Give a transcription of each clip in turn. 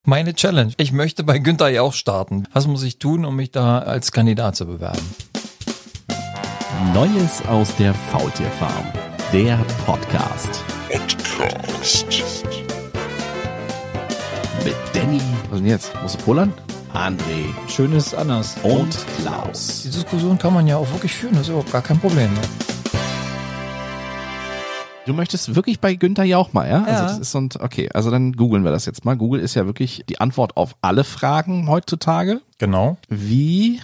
Meine Challenge. Ich möchte bei Günther Jauch starten. Was muss ich tun, um mich da als Kandidat zu bewerben? Neues aus der Faultierfarm. Der Podcast. Mit Danny. Was denn jetzt? Musst du pullern? André. Schönes Anders. Und Klaus. Die Diskussion kann man ja auch wirklich führen. Das ist überhaupt gar kein Problem. Ne? Du möchtest wirklich bei Günther Jauch mal, ja? Ja. Also das ist so ein, okay, also dann googeln wir das jetzt mal. Google ist ja wirklich die Antwort auf alle Fragen heutzutage. Genau. Wie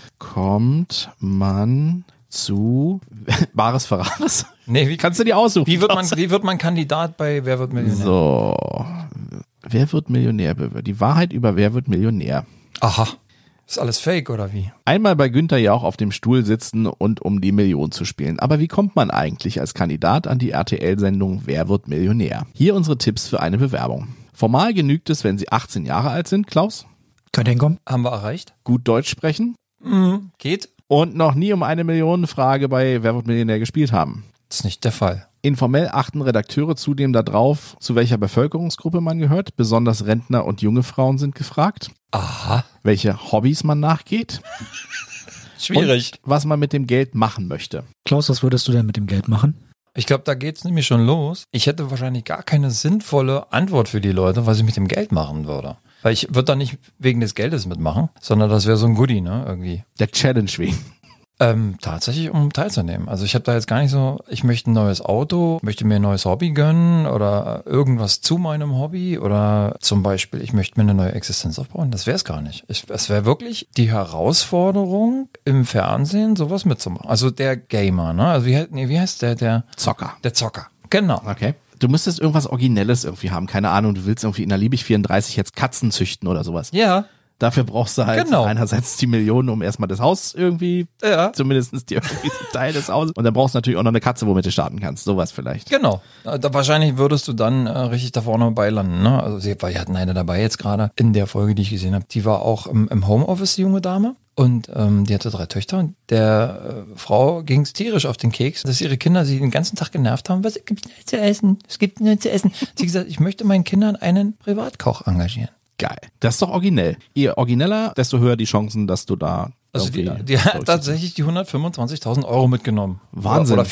kommt man zu Bares Ferraris? Nee, wie Kannst du dir aussuchen? Wie wird man Kandidat bei Wer wird Millionär? So. Wer wird Millionär? Die Wahrheit über Wer wird Millionär. Aha. Ist alles fake oder wie? Einmal bei Günther Jauch auf dem Stuhl sitzen und um die Million zu spielen. Aber wie kommt man eigentlich als Kandidat an die RTL-Sendung Wer wird Millionär? Hier unsere Tipps für eine Bewerbung. Formal genügt es, wenn Sie 18 Jahre alt sind, Klaus, Könnt ihr hinkommen? Haben wir erreicht? gut Deutsch sprechen Geht? und noch nie um eine Millionenfrage bei Wer wird Millionär gespielt haben. Das ist nicht der Fall. Informell achten Redakteure zudem darauf, zu welcher Bevölkerungsgruppe man gehört. Besonders Rentner und junge Frauen sind gefragt. Aha. Welche Hobbys man nachgeht. Schwierig. Und was man mit dem Geld machen möchte. Klaus, was würdest du denn mit dem Geld machen? Ich glaube, da geht's nämlich schon los. Ich hätte wahrscheinlich gar keine sinnvolle Antwort für die Leute, was ich mit dem Geld machen würde. Weil ich würde da nicht wegen des Geldes mitmachen, sondern das wäre so ein Goodie, ne, irgendwie. Der Challenge wegen. Tatsächlich, um teilzunehmen. Also ich habe da jetzt gar nicht so, ich möchte ein neues Auto, möchte mir ein neues Hobby gönnen oder irgendwas zu meinem Hobby oder zum Beispiel, ich möchte mir eine neue Existenz aufbauen. Das wäre es gar nicht. Es wäre wirklich die Herausforderung, im Fernsehen sowas mitzumachen. Also der Gamer, ne? Also wie heißt der Zocker. Der Zocker. Genau. Okay. Du müsstest irgendwas Originelles irgendwie haben. Keine Ahnung, du willst irgendwie in der Liebig 34 jetzt Katzen züchten oder sowas. Ja. Dafür brauchst du halt Genau. einerseits die Millionen, um erstmal das Haus irgendwie, zumindest die irgendwie Teil des Hauses. Und dann brauchst du natürlich auch noch eine Katze, womit du starten kannst. Sowas vielleicht. Genau. Wahrscheinlich würdest du dann richtig da vorne beilanden. Ne? Also wir hatten eine dabei jetzt gerade in der Folge, die ich gesehen habe. Die war auch im Homeoffice, die junge Dame. Und die hatte 3 Töchter. Und der Frau ging es tierisch auf den Keks, dass ihre Kinder sie den ganzen Tag genervt haben. Was gibt es zu essen? Es gibt nur zu essen. Sie hat gesagt, ich möchte meinen Kindern einen Privatkoch engagieren. Geil. Das ist doch originell. Je origineller, desto höher die Chancen, dass du da Also irgendwie die hat tatsächlich die 125.000 Euro mitgenommen. Wahnsinn. Oder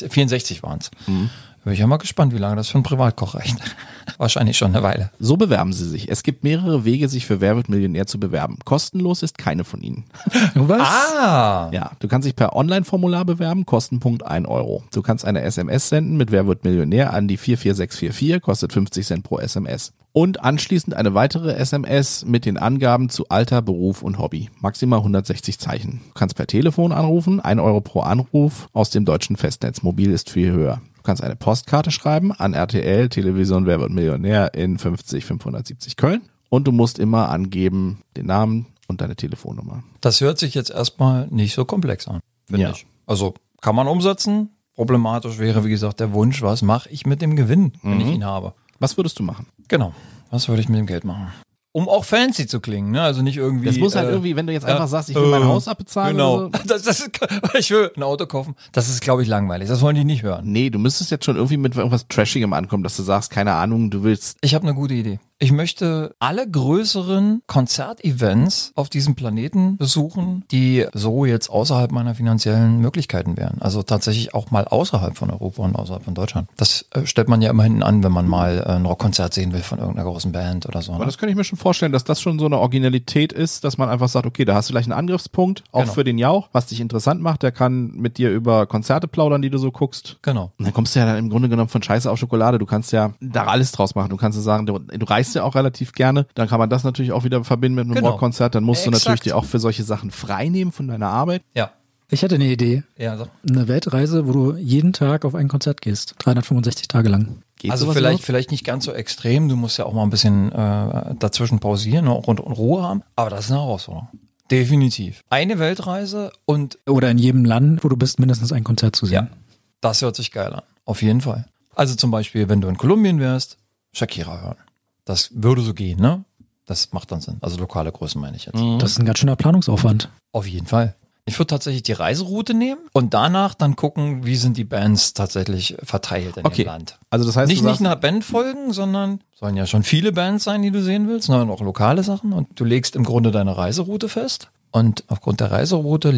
64 waren es. Bin ich ja mal gespannt, wie lange das für einen Privatkoch reicht. Wahrscheinlich schon eine Weile. So bewerben sie sich. Es gibt mehrere Wege, sich für Wer wird Millionär zu bewerben. Kostenlos ist keine von ihnen. Was? Ah! Ja, du kannst dich per Online-Formular bewerben, Kostenpunkt 1 Euro. Du kannst eine SMS senden mit Wer wird Millionär an die 44644, kostet 50 Cent pro SMS. Und anschließend eine weitere SMS mit den Angaben zu Alter, Beruf und Hobby. Maximal 160 Zeichen. Du kannst per Telefon anrufen, 1 Euro pro Anruf aus dem deutschen Festnetz. Mobil ist viel höher. Du kannst eine Postkarte schreiben an RTL, Television Wer wird Millionär in 50570 Köln. Und du musst immer angeben den Namen und deine Telefonnummer. Das hört sich jetzt erstmal nicht so komplex an, finde Ja. ich. Also kann man umsetzen. Problematisch wäre, wie gesagt, der Wunsch, was mache ich mit dem Gewinn, wenn ich ihn habe. Was würdest du machen? Genau. Was würde ich mit dem Geld machen? Um auch fancy zu klingen, ne? Also nicht irgendwie. Das muss halt irgendwie, wenn du jetzt einfach sagst, ich will mein Haus abbezahlen Genau. oder so. Ich will ein Auto kaufen. Das ist, glaube ich, langweilig. Das wollen die nicht hören. Nee, du müsstest jetzt schon irgendwie mit irgendwas Trashigem ankommen, dass du sagst, keine Ahnung, du willst. Ich habe eine gute Idee. Ich möchte alle größeren Konzertevents auf diesem Planeten besuchen, die so jetzt außerhalb meiner finanziellen Möglichkeiten wären. Also tatsächlich auch mal außerhalb von Europa und außerhalb von Deutschland. Das stellt man ja immer hinten an, wenn man mal ein Rockkonzert sehen will von irgendeiner großen Band oder so. Aber Ne? das könnte ich mir schon vorstellen, dass das schon so eine Originalität ist, dass man einfach sagt, okay, da hast du gleich einen Angriffspunkt, auch Genau. für den Jauch, was dich interessant macht. Der kann mit dir über Konzerte plaudern, die du so guckst. Genau. Und dann kommst du ja dann im Grunde genommen von Scheiße auf Schokolade. Du kannst ja da alles draus machen. Du kannst ja sagen, du reist ja auch relativ gerne. Dann kann man das natürlich auch wieder verbinden mit einem Genau. Rockkonzert. Dann musst du Exakt. natürlich dir auch für solche Sachen frei nehmen von deiner Arbeit. Ja. Ich hatte eine Idee. Ja, so. Eine Weltreise, wo du jeden Tag auf ein Konzert gehst. 365 Tage lang. Geht Also sowas vielleicht nicht ganz so extrem. Du musst ja auch mal ein bisschen dazwischen pausieren und Ruhe haben. Aber das ist eine Herausforderung. Definitiv. Eine Weltreise und Oder in jedem Land, wo du bist, mindestens ein Konzert zu sehen. das hört sich geil an. Auf jeden Fall. Also zum Beispiel, wenn du in Kolumbien wärst, Shakira hören. Das würde so gehen, ne? Das macht dann Sinn. Also lokale Größen meine ich jetzt. Das ist ein ganz schöner Planungsaufwand. Auf jeden Fall. Ich würde tatsächlich die Reiseroute nehmen und danach dann gucken, wie sind die Bands tatsächlich verteilt in dem Land. Also das heißt, Nicht nach Band folgen, sondern sollen ja schon viele Bands sein, die du sehen willst, sondern auch lokale Sachen. Und du legst im Grunde deine Reiseroute fest. Und aufgrund der Reiseroute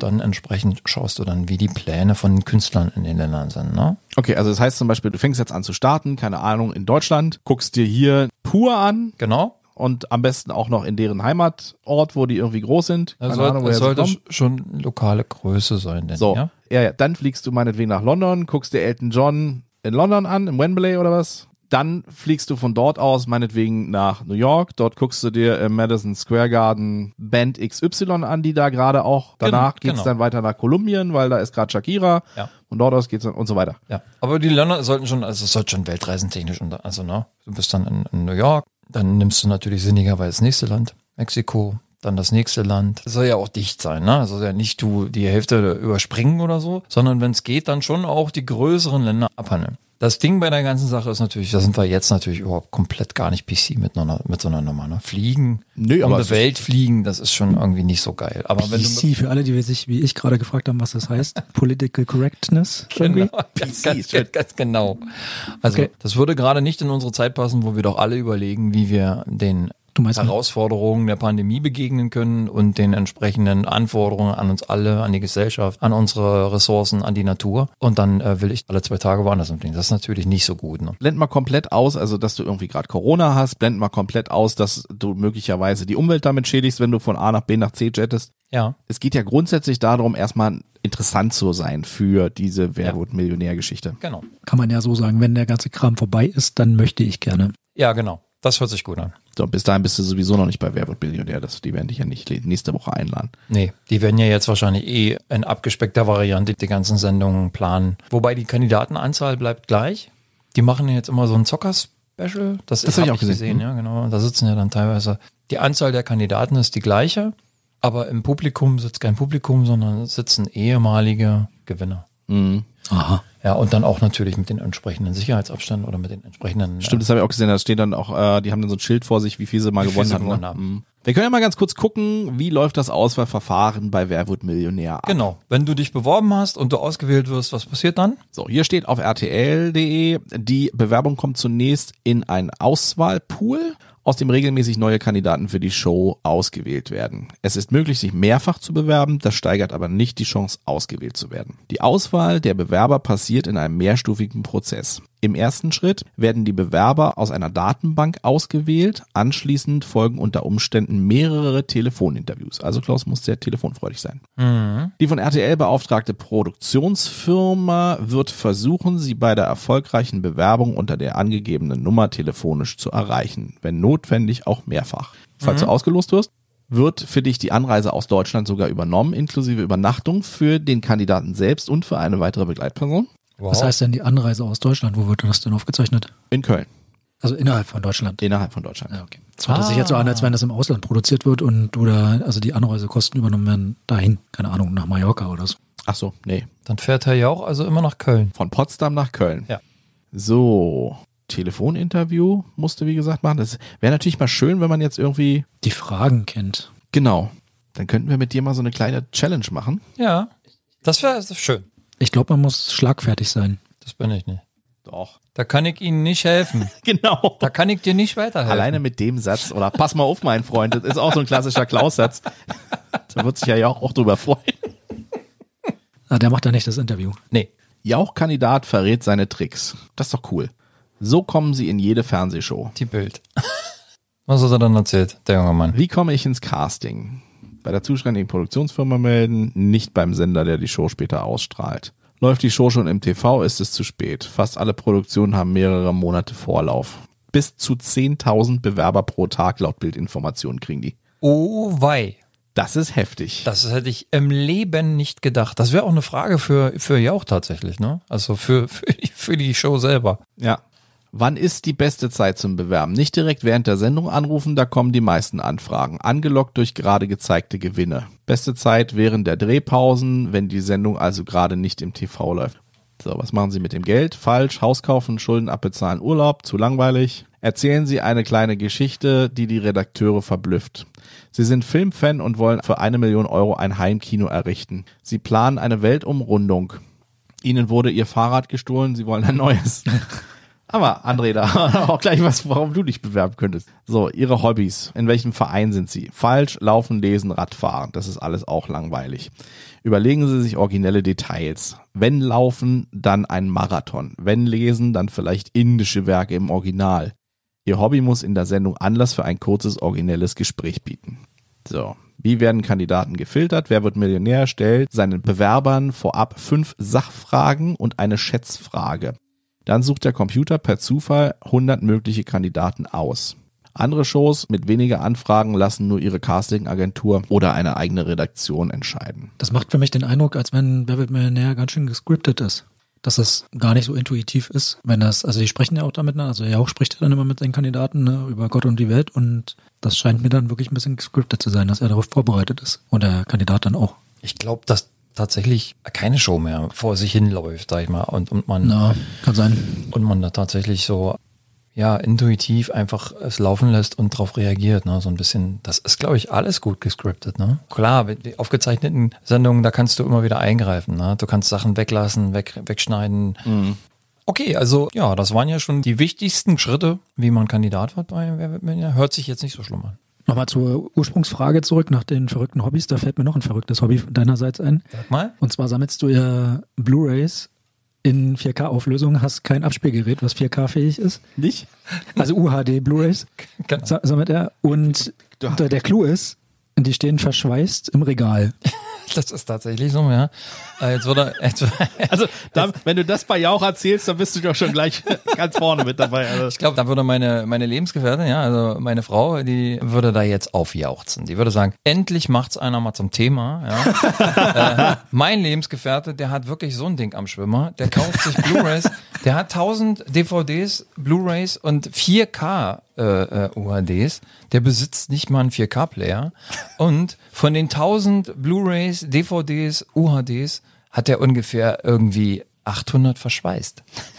schaust du dann, wie die Pläne von den Künstlern in den Ländern sind, ne? Okay, also das heißt zum Beispiel, du fängst jetzt an zu starten, keine Ahnung, in Deutschland, guckst dir hier Pur an. Genau. Und am besten auch noch in deren Heimatort, wo die irgendwie groß sind. Das sollte schon lokale Größe sein. Denn, so, ja, dann fliegst du meinetwegen nach London, guckst dir Elton John in London an, im Wembley oder was. Dann fliegst du von dort aus meinetwegen nach New York. Dort guckst du dir im Madison Square Garden Band XY an, die da gerade auch. Danach geht's dann weiter nach Kolumbien, weil da ist gerade Shakira. Ja. Von dort aus geht's dann und so weiter. Ja, aber die Länder sollten schon, also es sollte schon weltreisentechnisch, also ne, du bist dann in New York. Dann nimmst du natürlich sinnigerweise das nächste Land, Mexiko, dann das nächste Land. Das soll ja auch dicht sein, ne? Also ja nicht du die Hälfte überspringen oder so, sondern wenn es geht, dann schon auch die größeren Länder abhandeln. Das Ding bei der ganzen Sache ist natürlich, da sind wir jetzt natürlich überhaupt komplett gar nicht PC mit so einer Nummer. Ne? Fliegen, um die Welt fliegen, das ist schon irgendwie nicht so geil. Aber wenn PC, für alle, die sich wie ich gerade gefragt haben, was das heißt, Political Correctness. Genau, ganz genau. Also das würde gerade nicht in unsere Zeit passen, wo wir doch alle überlegen, wie wir den Herausforderungen der Pandemie begegnen können und den entsprechenden Anforderungen an uns alle, an die Gesellschaft, an unsere Ressourcen, an die Natur. Und dann will ich alle 2 Tage woanders umfliegen. Das ist natürlich nicht so gut. Ne? Blend mal komplett aus, also dass du irgendwie gerade Corona hast. Blend mal komplett aus, dass du möglicherweise die Umwelt damit schädigst, wenn du von A nach B nach C jettest. Ja. Es geht ja grundsätzlich darum, erstmal interessant zu sein für diese Wer wird Millionär-Geschichte. Genau. Kann man ja so sagen, wenn der ganze Kram vorbei ist, dann möchte ich gerne. Ja, genau. Das hört sich gut an. So, bis dahin bist du sowieso noch nicht bei Wer wird Millionär. Die werden dich ja nicht nächste Woche einladen. Nee, die werden ja jetzt wahrscheinlich in abgespeckter Variante die ganzen Sendungen planen. Wobei die Kandidatenanzahl bleibt gleich. Die machen ja jetzt immer so ein Zocker-Special. Das habe ich auch gesehen. Ja, genau. Da sitzen ja dann teilweise, die Anzahl der Kandidaten ist die gleiche, aber im Publikum sitzt kein Publikum, sondern sitzen ehemalige Gewinner. Mhm. Aha. Ja, und dann auch natürlich mit den entsprechenden Sicherheitsabständen oder mit den entsprechenden... Stimmt, das habe ich auch gesehen, da steht dann auch, die haben dann so ein Schild vor sich, wie viel sie mal gewonnen haben. Wir können ja mal ganz kurz gucken, wie läuft das Auswahlverfahren bei Wer wird Millionär ab. Genau, wenn du dich beworben hast und du ausgewählt wirst, was passiert dann? So, hier steht auf rtl.de, die Bewerbung kommt zunächst in einen Auswahlpool, aus dem regelmäßig neue Kandidaten für die Show ausgewählt werden. Es ist möglich, sich mehrfach zu bewerben, das steigert aber nicht die Chance, ausgewählt zu werden. Die Auswahl der Bewerber passiert in einem mehrstufigen Prozess. Im ersten Schritt werden die Bewerber aus einer Datenbank ausgewählt. Anschließend folgen unter Umständen mehrere Telefoninterviews. Also Klaus muss sehr telefonfreudig sein. Mhm. Die von RTL beauftragte Produktionsfirma wird versuchen, sie bei der erfolgreichen Bewerbung unter der angegebenen Nummer telefonisch zu erreichen. Wenn notwendig auch mehrfach. Falls du ausgelost wirst, wird für dich die Anreise aus Deutschland sogar übernommen, inklusive Übernachtung für den Kandidaten selbst und für eine weitere Begleitperson. Wow. Was heißt denn die Anreise aus Deutschland? Wo wird das denn aufgezeichnet? In Köln. Also innerhalb von Deutschland? Innerhalb von Deutschland. Ja, okay. Das hört sich jetzt so an, als wenn das im Ausland produziert wird und du da, also die Anreisekosten übernommen werden dahin. Keine Ahnung, nach Mallorca oder so. Ach so, nee. Dann fährt Herr Jauch also immer nach Köln. Von Potsdam nach Köln. Ja. So, Telefoninterview musste wie gesagt machen. Das wäre natürlich mal schön, wenn man jetzt irgendwie... Die Fragen kennt. Genau. Dann könnten wir mit dir mal so eine kleine Challenge machen. Ja, das wäre schön. Ich glaube, man muss schlagfertig sein. Das bin ich nicht. Doch. Da kann ich Ihnen nicht helfen. Genau. Da kann ich dir nicht weiterhelfen. Alleine mit dem Satz, oder pass mal auf, mein Freund, das ist auch so ein klassischer Klaus-Satz. Da wird sich ja Jauch auch drüber freuen. Ah, der macht da nicht das Interview. Nee. Jauch-Kandidat verrät seine Tricks. Das ist doch cool. So kommen sie in jede Fernsehshow. Die Bild. Was hat er dann erzählt, der junge Mann? Wie komme ich ins Casting? Bei der zuständigen Produktionsfirma melden, nicht beim Sender, der die Show später ausstrahlt. Läuft die Show schon im TV, ist es zu spät. Fast alle Produktionen haben mehrere Monate Vorlauf. Bis zu 10.000 Bewerber pro Tag laut Bildinformationen kriegen die. Oh wei. Das ist heftig. Das hätte ich im Leben nicht gedacht. Das wäre auch eine Frage für Jauch tatsächlich, ne? Also für die Show selber. Ja. Wann ist die beste Zeit zum Bewerben? Nicht direkt während der Sendung anrufen, da kommen die meisten Anfragen. Angelockt durch gerade gezeigte Gewinne. Beste Zeit während der Drehpausen, wenn die Sendung also gerade nicht im TV läuft. So, was machen Sie mit dem Geld? Falsch. Haus kaufen, Schulden abbezahlen, Urlaub, zu langweilig. Erzählen Sie eine kleine Geschichte, die die Redakteure verblüfft. Sie sind Filmfan und wollen für 1 Million Euro ein Heimkino errichten. Sie planen eine Weltumrundung. Ihnen wurde Ihr Fahrrad gestohlen, Sie wollen ein neues. Aber André, da auch gleich was, warum du dich bewerben könntest. So, Ihre Hobbys. In welchem Verein sind Sie? Falsch, Laufen, Lesen, Radfahren. Das ist alles auch langweilig. Überlegen Sie sich originelle Details. Wenn Laufen, dann ein Marathon. Wenn Lesen, dann vielleicht indische Werke im Original. Ihr Hobby muss in der Sendung Anlass für ein kurzes, originelles Gespräch bieten. So, wie werden Kandidaten gefiltert? Wer wird Millionär? Stellt seinen Bewerbern vorab 5 Sachfragen und eine Schätzfrage. Dann sucht der Computer per Zufall 100 mögliche Kandidaten aus. Andere Shows mit weniger Anfragen lassen nur ihre Casting-Agentur oder eine eigene Redaktion entscheiden. Das macht für mich den Eindruck, als wenn Wer wird Millionär ganz schön gescriptet ist. Dass das gar nicht so intuitiv ist, wenn das, also die sprechen ja auch damit, also Jauch spricht ja dann immer mit seinen Kandidaten, ne, über Gott und die Welt, und das scheint mir dann wirklich ein bisschen gescriptet zu sein, dass er darauf vorbereitet ist und der Kandidat dann auch. Ich glaube, dass tatsächlich keine Show mehr vor sich hinläuft, sag ich mal, und man kann sein. Und man da tatsächlich so intuitiv einfach es laufen lässt und drauf reagiert, ne, so ein bisschen. Das ist, glaube ich, alles gut gescriptet, ne. Klar, die aufgezeichneten Sendungen, da kannst du immer wieder eingreifen, ne. Du kannst Sachen weglassen, wegschneiden. Mhm. Okay, also ja, das waren ja schon die wichtigsten Schritte, wie man Kandidat wird bei Wer wird Millionär. Hört sich jetzt nicht so schlimm an. Nochmal zur Ursprungsfrage zurück nach den verrückten Hobbys. Da fällt mir noch ein verrücktes Hobby deinerseits ein. Sag mal. Und zwar sammelst du ja Blu-rays in 4K-Auflösung, hast kein Abspielgerät, was 4K-fähig ist. Nicht? Also UHD Blu-rays genau. Sammelt er. Und der Clou ist, die stehen verschweißt im Regal. Das ist tatsächlich so, ja. Also, wenn du das bei Jauch erzählst, dann bist du doch schon gleich ganz vorne mit dabei. Also. Ich glaube, da würde meine Lebensgefährtin, ja, also meine Frau, die würde da jetzt aufjauchzen. Die würde sagen, endlich macht's einer mal zum Thema, ja. Mein Lebensgefährte, der hat wirklich so ein Ding am Schwimmer. Der kauft sich Blu-rays, der hat 1000 DVDs, Blu-rays und 4K UHDs. Der besitzt nicht mal einen 4K-Player. Und von den 1000 Blu-rays, DVDs, UHDs hat er ungefähr irgendwie 800 verschweißt.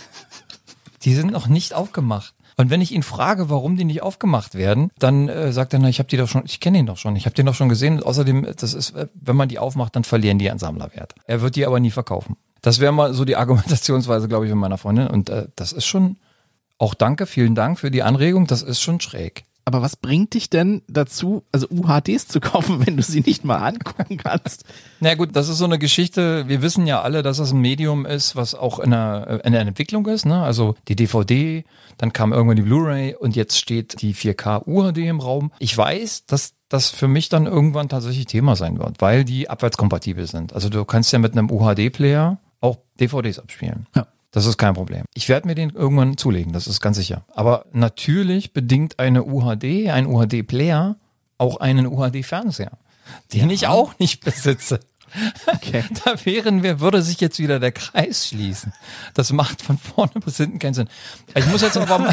Die sind noch nicht aufgemacht. Und wenn ich ihn frage, warum die nicht aufgemacht werden, dann sagt er, na, ich kenne ihn doch schon, ich habe den doch schon gesehen. Und außerdem, das ist, wenn man die aufmacht, dann verlieren die an Sammlerwert. Er wird die aber nie verkaufen. Das wäre mal so die Argumentationsweise, glaube ich, von meiner Freundin. Und das ist schon, auch vielen Dank für die Anregung, das ist schon schräg. Aber was bringt dich denn dazu, also UHDs zu kaufen, wenn du sie nicht mal angucken kannst? Na gut, das ist so eine Geschichte. Wir wissen ja alle, dass es ein Medium ist, was auch in der Entwicklung ist, ne? Also die DVD, dann kam irgendwann die Blu-ray und jetzt steht die 4K UHD im Raum. Ich weiß, dass das für mich dann irgendwann tatsächlich Thema sein wird, weil die abwärtskompatibel sind. Also du kannst ja mit einem UHD-Player auch DVDs abspielen. Ja. Das ist kein Problem. Ich werde mir den irgendwann zulegen, das ist ganz sicher. Aber natürlich bedingt ein UHD-Player auch einen UHD-Fernseher, den ich auch nicht besitze. Okay. Da würde sich jetzt wieder der Kreis schließen. Das macht von vorne bis hinten keinen Sinn. Ich muss jetzt aber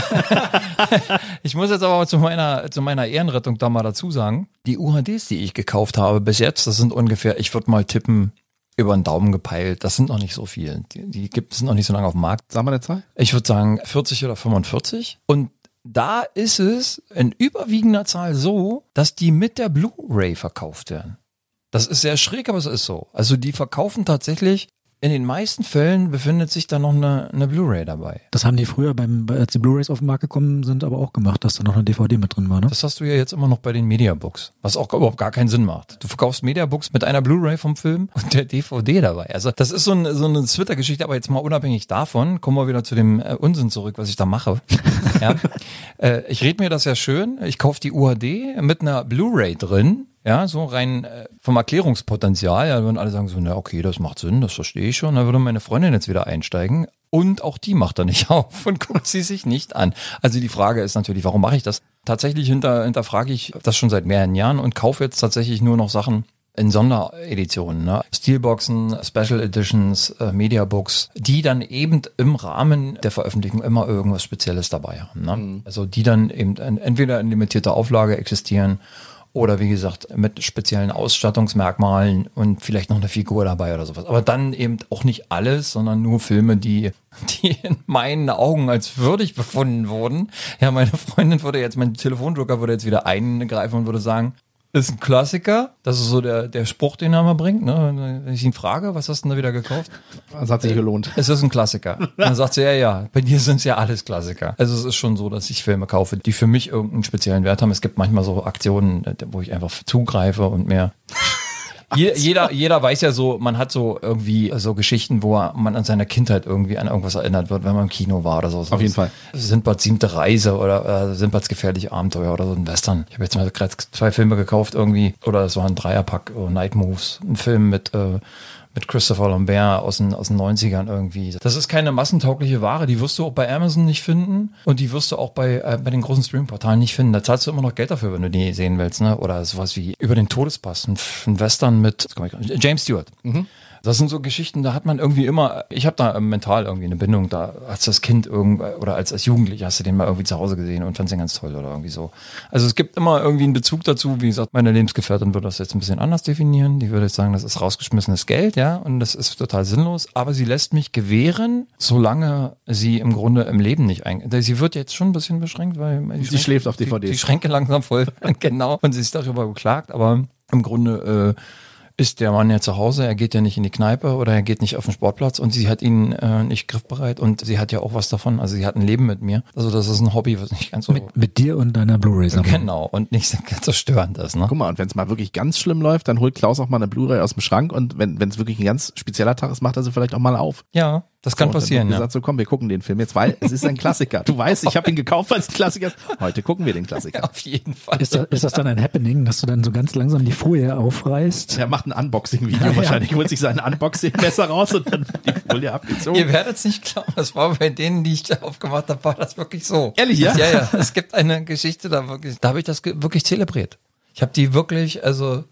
zu meiner Ehrenrettung da mal dazu sagen, die UHDs, die ich gekauft habe bis jetzt, das sind ungefähr, ich würde mal tippen, über den Daumen gepeilt. Das sind noch nicht so viele. Die gibt es noch nicht so lange auf dem Markt. Sag mal eine Zahl. Ich würde sagen 40 oder 45. Und da ist es in überwiegender Zahl so, dass die mit der Blu-ray verkauft werden. Das ist sehr schräg, aber es ist so. Also die verkaufen tatsächlich, in den meisten Fällen befindet sich da noch eine Blu-ray dabei. Das haben die früher, als die Blu-rays auf den Markt gekommen sind, aber auch gemacht, dass da noch eine DVD mit drin war, ne? Das hast du ja jetzt immer noch bei den Mediabooks, was auch überhaupt gar keinen Sinn macht. Du verkaufst Mediabooks mit einer Blu-ray vom Film und der DVD dabei. Also das ist so eine Twitter-Geschichte, aber jetzt mal unabhängig davon, kommen wir wieder zu dem Unsinn zurück, was ich da mache. Ja. Ich rede mir das ja schön, ich kaufe die UHD mit einer Blu-ray drin. Ja, so rein vom Erklärungspotenzial, ja, würden alle sagen so, na okay, das macht Sinn, das verstehe ich schon. Da würde meine Freundin jetzt wieder einsteigen und auch die macht da nicht auf und guckt sie sich nicht an. Also die Frage ist natürlich, warum mache ich das? Tatsächlich hinterfrage ich das schon seit mehreren Jahren und kaufe jetzt tatsächlich nur noch Sachen in Sondereditionen, ne? Steelboxen, Special Editions, Mediabooks, die dann eben im Rahmen der Veröffentlichung immer irgendwas Spezielles dabei haben. Ne? Mhm. Also die dann eben entweder in limitierter Auflage existieren Oder wie gesagt, mit speziellen Ausstattungsmerkmalen und vielleicht noch eine Figur dabei oder sowas. Aber dann eben auch nicht alles, sondern nur Filme, die in meinen Augen als würdig befunden wurden. Ja, meine Freundin mein Telefonjoker würde jetzt wieder eingreifen und würde sagen, ist ein Klassiker. Das ist so der Spruch, den er mal bringt. Ne? Wenn ich ihn frage, was hast du denn da wieder gekauft? Das hat sich gelohnt. Es ist ein Klassiker. Dann sagt sie, ja, bei dir sind es ja alles Klassiker. Also es ist schon so, dass ich Filme kaufe, die für mich irgendeinen speziellen Wert haben. Es gibt manchmal so Aktionen, wo ich einfach zugreife und mehr. Jeder weiß ja so, man hat so irgendwie so Geschichten, wo man an seiner Kindheit irgendwie an irgendwas erinnert wird, wenn man im Kino war oder so. Auf jeden Fall. Sindbads 7. Reise oder Sindbads gefährliche Abenteuer oder so ein Western. Ich habe jetzt mal gerade 2 Filme gekauft irgendwie, oder es war ein Dreierpack, Night Moves, ein Film mit Christopher Lambert aus den 90ern irgendwie. Das ist keine massentaugliche Ware, die wirst du auch bei Amazon nicht finden und die wirst du auch bei den großen Streaming-Portalen nicht finden. Da zahlst du immer noch Geld dafür, wenn du die sehen willst, ne? Oder sowas wie Über den Todespass, ein Western mit James Stewart. Mhm. Das sind so Geschichten, da hat man irgendwie immer, ich habe da mental irgendwie eine Bindung, da als das Kind oder als Jugendlicher hast du den mal irgendwie zu Hause gesehen und fandst den ganz toll oder irgendwie so. Also es gibt immer irgendwie einen Bezug dazu. Wie gesagt, meine Lebensgefährtin würde das jetzt ein bisschen anders definieren. Die würde jetzt sagen, das ist rausgeschmissenes Geld, ja, und das ist total sinnlos. Aber sie lässt mich gewähren, solange sie im Grunde im Leben nicht sie wird jetzt schon ein bisschen beschränkt, weil sie schläft auf DVDs. Die Schränke langsam voll, genau, und sie ist darüber beklagt, aber im Grunde ist der Mann ja zu Hause, er geht ja nicht in die Kneipe oder er geht nicht auf den Sportplatz und sie hat ihn nicht griffbereit und sie hat ja auch was davon, also sie hat ein Leben mit mir. Also das ist ein Hobby, was nicht ganz so... Mit dir und deiner Blu-ray-Sammlung. Genau, und nicht so störend ist. Ne? Guck mal, und wenn es mal wirklich ganz schlimm läuft, dann holt Klaus auch mal eine Blu-ray aus dem Schrank und wenn es wirklich ein ganz spezieller Tag ist, macht er sie vielleicht auch mal auf. Ja, das kann passieren. Dann gesagt, so komm, wir gucken den Film jetzt, weil es ist ein Klassiker. Du weißt, ich habe ihn gekauft, weil es ein Klassiker ist. Heute gucken wir den Klassiker. Ja, auf jeden Fall. Ist das dann ein Happening, dass du dann so ganz langsam die Folie aufreißt? Er macht ein Unboxing-Video wahrscheinlich, holt sich sein Unboxing-Messer raus und dann die Folie abgezogen. Ihr werdet es nicht glauben, das war bei denen, die ich da aufgemacht habe, war das wirklich so. Ehrlich, ja? Ja, es gibt eine Geschichte, da habe ich das wirklich zelebriert. Ich habe die wirklich, also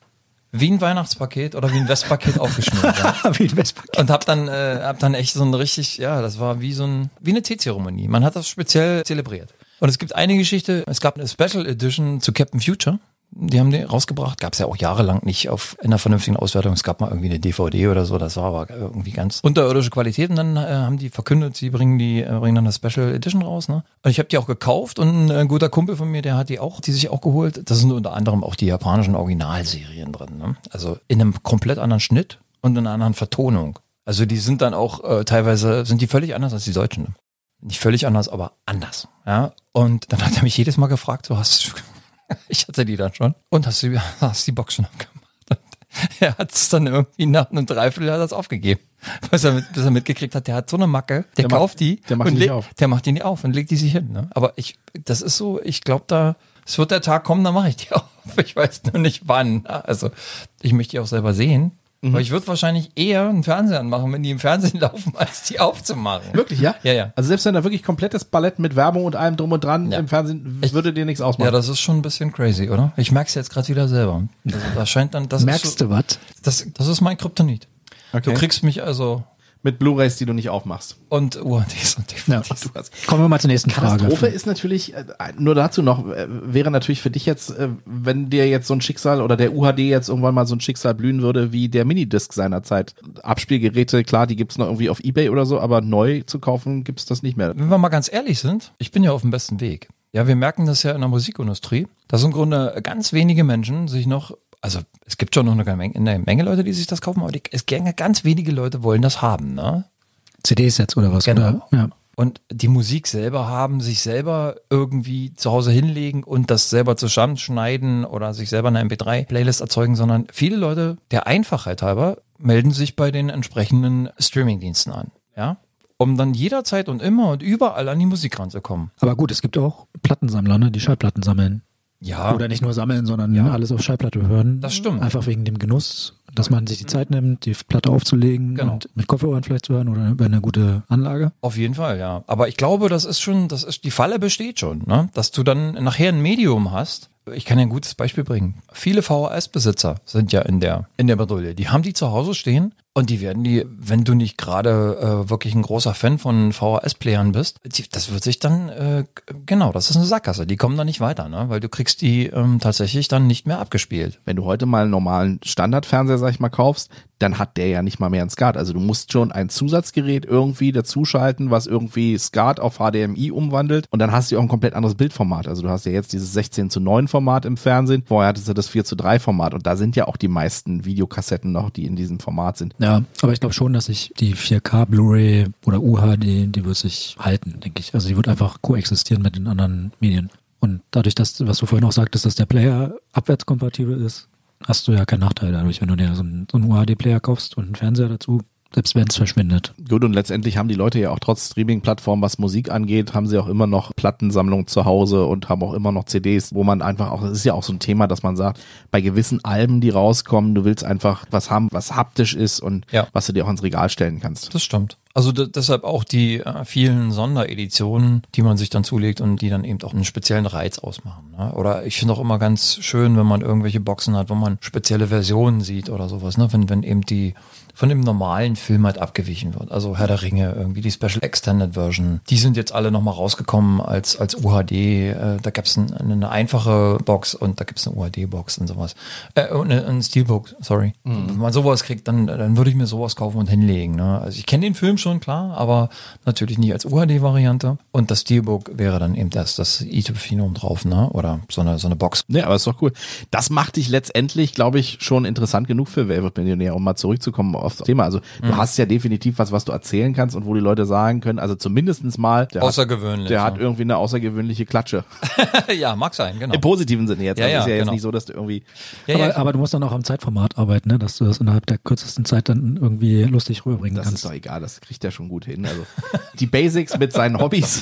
wie ein Weihnachtspaket oder wie ein Westpaket aufgeschnürt. Ja. Wie ein Westpaket. Und hab dann echt so ein richtig, ja, das war wie eine Teezeremonie. Man hat das speziell zelebriert. Und es gibt eine Geschichte, es gab eine Special Edition zu Captain Future. Die haben die rausgebracht, gab es ja auch jahrelang nicht in einer vernünftigen Auswertung. Es gab mal irgendwie eine DVD oder so, das war aber irgendwie ganz unterirdische Qualität. Und dann haben die verkündet, sie bringen dann eine Special Edition raus. Ne? Und ich habe die auch gekauft und ein guter Kumpel von mir, der hat die sich auch geholt. Da sind unter anderem auch die japanischen Originalserien drin. Ne? Also in einem komplett anderen Schnitt und in einer anderen Vertonung. Also die sind dann auch teilweise, sind die völlig anders als die deutschen. Ne? Nicht völlig anders, aber anders. Ja? Und dann hat er mich jedes Mal gefragt, ich hatte die dann schon. Und hast die Box schon abgemacht? Und er hat es dann irgendwie nach einem Dreiviertel aufgegeben. Bis er mitgekriegt hat, der hat so eine Macke, der kauft die. Der macht die nicht auf. Der macht die nicht auf und legt die sich hin. Ne? Aber ich glaube, es wird der Tag kommen, da mache ich die auf. Ich weiß nur nicht wann. Also ich möchte die auch selber sehen. Aber ich würde wahrscheinlich eher einen Fernseher anmachen, wenn die im Fernsehen laufen, als die aufzumachen. Wirklich, ja? Ja. Also selbst wenn da wirklich komplettes Ballett mit Werbung und allem drum und dran im Fernsehen, würde dir nichts ausmachen. Ja, das ist schon ein bisschen crazy, oder? Ich merke es jetzt gerade wieder selber. Also da scheint dann... Merkst du was? Das ist mein Kryptonit. Okay. Du kriegst mich also... Mit Blu-rays, die du nicht aufmachst. Und UHDs und DVDs. Ja. Kommen wir mal zur nächsten Frage. Katastrophe ist natürlich, nur dazu noch, wäre natürlich für dich jetzt, wenn dir jetzt so ein Schicksal oder der UHD jetzt irgendwann mal so ein Schicksal blühen würde, wie der Minidisc seinerzeit. Abspielgeräte, klar, die gibt's noch irgendwie auf eBay oder so, aber neu zu kaufen gibt's das nicht mehr. Wenn wir mal ganz ehrlich sind, ich bin ja auf dem besten Weg. Ja, wir merken das ja in der Musikindustrie, dass im Grunde ganz wenige Menschen sich noch... Also es gibt schon noch eine Menge Leute, die sich das kaufen, aber ganz wenige Leute wollen das haben, ne? CDs jetzt oder was? Genau. Oder? Ja. Und die Musik selber haben, sich selber irgendwie zu Hause hinlegen und das selber zusammenschneiden oder sich selber eine MP3-Playlist erzeugen, sondern viele Leute, der Einfachheit halber, melden sich bei den entsprechenden Streamingdiensten an, ja? Um dann jederzeit und immer und überall an die Musik ranzukommen. Aber gut, es gibt auch Plattensammler, ne, die Schallplatten sammeln. Ja. Oder nicht nur sammeln, sondern alles auf Schallplatte hören. Das stimmt. Einfach wegen dem Genuss, dass man sich die Zeit nimmt, die Platte aufzulegen und mit Kopfhörern vielleicht zu hören oder über eine gute Anlage. Auf jeden Fall, ja. Aber ich glaube, die Falle besteht schon, ne? Dass du dann nachher ein Medium hast. Ich kann ja ein gutes Beispiel bringen. Viele VHS-Besitzer sind ja in der Bredouille. Die haben die zu Hause stehen Und die werden wenn du nicht gerade wirklich ein großer Fan von VHS-Playern bist, das wird sich dann, genau, das ist eine Sackgasse. Die kommen dann nicht weiter, ne? Weil du kriegst die tatsächlich dann nicht mehr abgespielt. Wenn du heute mal einen normalen Standardfernseher, sag ich mal, kaufst, dann hat der ja nicht mal mehr ein SCART. Also du musst schon ein Zusatzgerät irgendwie dazuschalten, was irgendwie SCART auf HDMI umwandelt und dann hast du auch ein komplett anderes Bildformat. Also du hast ja jetzt dieses 16:9 Format im Fernsehen, vorher hattest du das 4:3 Format und da sind ja auch die meisten Videokassetten noch, die in diesem Format sind. Ja, aber ich glaube schon, dass sich die 4K Blu-ray oder UHD, die wird sich halten, denke ich. Also die wird einfach koexistieren mit den anderen Medien. Und dadurch, dass, was du vorhin auch sagtest, dass der Player abwärtskompatibel ist, hast du ja keinen Nachteil dadurch, wenn du dir so einen UHD-Player kaufst und einen Fernseher dazu, selbst wenn es verschwindet. Gut, und letztendlich haben die Leute ja auch trotz Streaming-Plattformen, was Musik angeht, haben sie auch immer noch Plattensammlungen zu Hause und haben auch immer noch CDs, wo man einfach auch, das ist ja auch so ein Thema, dass man sagt, bei gewissen Alben, die rauskommen, du willst einfach was haben, was haptisch ist und was du dir auch ins Regal stellen kannst. Das stimmt. Also deshalb auch die vielen Sondereditionen, die man sich dann zulegt und die dann eben auch einen speziellen Reiz ausmachen. Ne? Oder ich finde auch immer ganz schön, wenn man irgendwelche Boxen hat, wo man spezielle Versionen sieht oder sowas, ne? Wenn eben die von dem normalen Film halt abgewichen wird. Also Herr der Ringe, irgendwie die Special Extended Version. Die sind jetzt alle nochmal rausgekommen als UHD. Da gab es eine einfache Box und da gibt es eine UHD-Box und sowas. Und eine Steelbook, sorry. Wenn man sowas kriegt, dann würde ich mir sowas kaufen und hinlegen. Ne? Also ich kenne den Film schon, klar, aber natürlich nicht als UHD-Variante. Und das Steelbook wäre dann eben das i-Tüpfchen drauf, ne? Oder so eine Box. Ja, aber ist doch cool. Das macht dich letztendlich, glaube ich, schon interessant genug für Wer wird Millionär, um mal zurückzukommen auf das Thema. Also du hast ja definitiv was du erzählen kannst und wo die Leute sagen können, also zumindestens mal, außergewöhnlich. Der hat irgendwie eine außergewöhnliche Klatsche. Ja, mag sein, genau. Im positiven Sinne jetzt. Ja, also ist ja genau. jetzt nicht so, dass du irgendwie... Aber du musst dann auch am Zeitformat arbeiten, ne? Dass du das innerhalb der kürzesten Zeit dann irgendwie lustig rüberbringen kannst. Das ist doch egal, das kriegt er schon gut hin. Also die Basics mit seinen Hobbys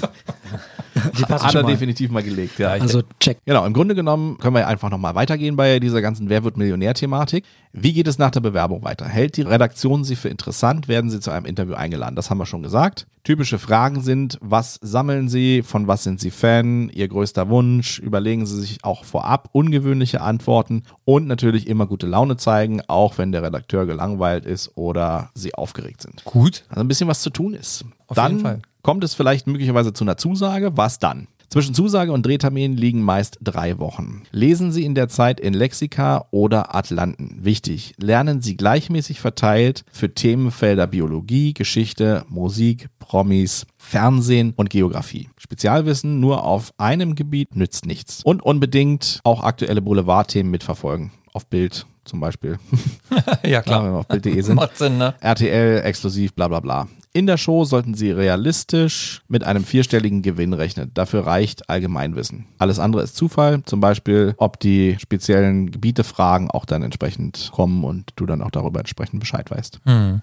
die passen hat schon er mal. definitiv mal gelegt. Ja. Also check. Genau, im Grunde genommen können wir ja einfach nochmal weitergehen bei dieser ganzen Wer wird Millionär-Thematik. Wie geht es nach der Bewerbung weiter? Hält die Redaktion Sie für interessant? Werden Sie zu einem Interview eingeladen? Das haben wir schon gesagt. Typische Fragen sind, was sammeln Sie? Von was sind Sie Fan? Ihr größter Wunsch? Überlegen Sie sich auch vorab ungewöhnliche Antworten und natürlich immer gute Laune zeigen, auch wenn der Redakteur gelangweilt ist oder Sie aufgeregt sind. Gut. Also ein bisschen was zu tun ist. Auf Dann jeden Fall. kommt es vielleicht möglicherweise zu einer Zusage. Was dann? Zwischen Zusage und Drehtermin liegen meist 3 Wochen. Lesen Sie in der Zeit in Lexika oder Atlanten. Wichtig, lernen Sie gleichmäßig verteilt für Themenfelder Biologie, Geschichte, Musik, Promis, Fernsehen und Geografie. Spezialwissen nur auf einem Gebiet nützt nichts. Und unbedingt auch aktuelle Boulevardthemen mitverfolgen. Auf Bild zum Beispiel. Ja, klar. Wenn wir auf Bild.de sind. Macht Sinn, ne? RTL, exklusiv, bla bla bla. In der Show sollten Sie realistisch mit einem 4-stelligen Gewinn rechnen. Dafür reicht Allgemeinwissen. Alles andere ist Zufall, zum Beispiel, ob die speziellen Gebietefragen auch dann entsprechend kommen und du dann auch darüber entsprechend Bescheid weißt.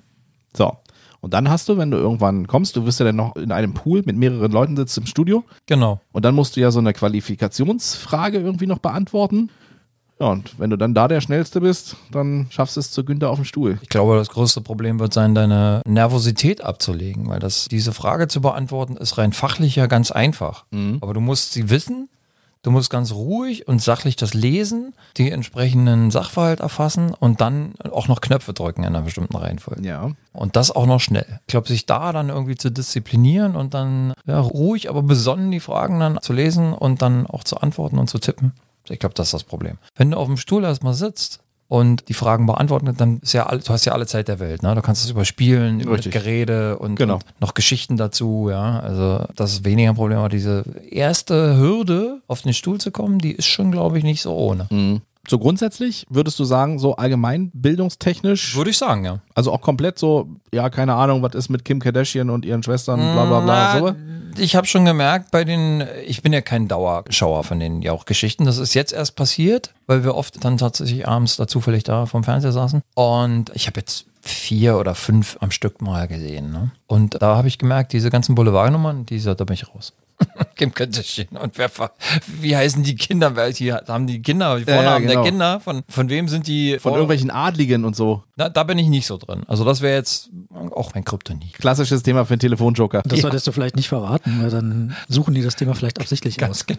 So, und dann hast du, wenn du irgendwann kommst, du wirst ja dann noch in einem Pool mit mehreren Leuten sitzt im Studio. Genau. Und dann musst du ja so eine Qualifikationsfrage irgendwie noch beantworten. Ja, und wenn du dann da der Schnellste bist, dann schaffst du es zu Günther auf den Stuhl. Ich glaube, das größte Problem wird sein, deine Nervosität abzulegen, weil diese Frage zu beantworten ist rein fachlich ja ganz einfach. Aber du musst sie wissen, du musst ganz ruhig und sachlich das lesen, die entsprechenden Sachverhalt erfassen und dann auch noch Knöpfe drücken in einer bestimmten Reihenfolge. Ja. Und das auch noch schnell. Ich glaube, sich da dann irgendwie zu disziplinieren und dann ruhig, aber besonnen die Fragen dann zu lesen und dann auch zu antworten und zu tippen. Ich glaube, das ist das Problem. Wenn du auf dem Stuhl erstmal sitzt und die Fragen beantworten, dann ist ja du hast ja alle Zeit der Welt, ne? Du kannst es überspielen, mit Gerede und noch Geschichten dazu, ja. Also das ist weniger ein Problem, aber diese erste Hürde, auf den Stuhl zu kommen, die ist schon, glaube ich, nicht so ohne. So grundsätzlich würdest du sagen, so allgemein bildungstechnisch? Würde ich sagen, ja. Also auch komplett so, ja, keine Ahnung, was ist mit Kim Kardashian und ihren Schwestern, bla bla bla, so? Ich habe schon gemerkt, ich bin ja kein Dauerschauer von den Jauch-Geschichten. Das ist jetzt erst passiert, weil wir oft dann tatsächlich abends da zufällig da vom Fernseher saßen. Und ich habe jetzt 4 oder 5 am Stück mal gesehen. Ne? Und da habe ich gemerkt, diese ganzen Boulevardnummern, da bin ich raus. Kim Kardashian und wie heißen die Kinder? Haben die Kinder, die Vornamen der Kinder? Von wem sind die? Von irgendwelchen Adligen und so. Da bin ich nicht so drin. Also das wäre jetzt auch mein Kryptonit. Klassisches Thema für einen Telefonjoker. Das solltest du vielleicht nicht verraten, weil dann suchen die das Thema vielleicht absichtlich aus. Genau.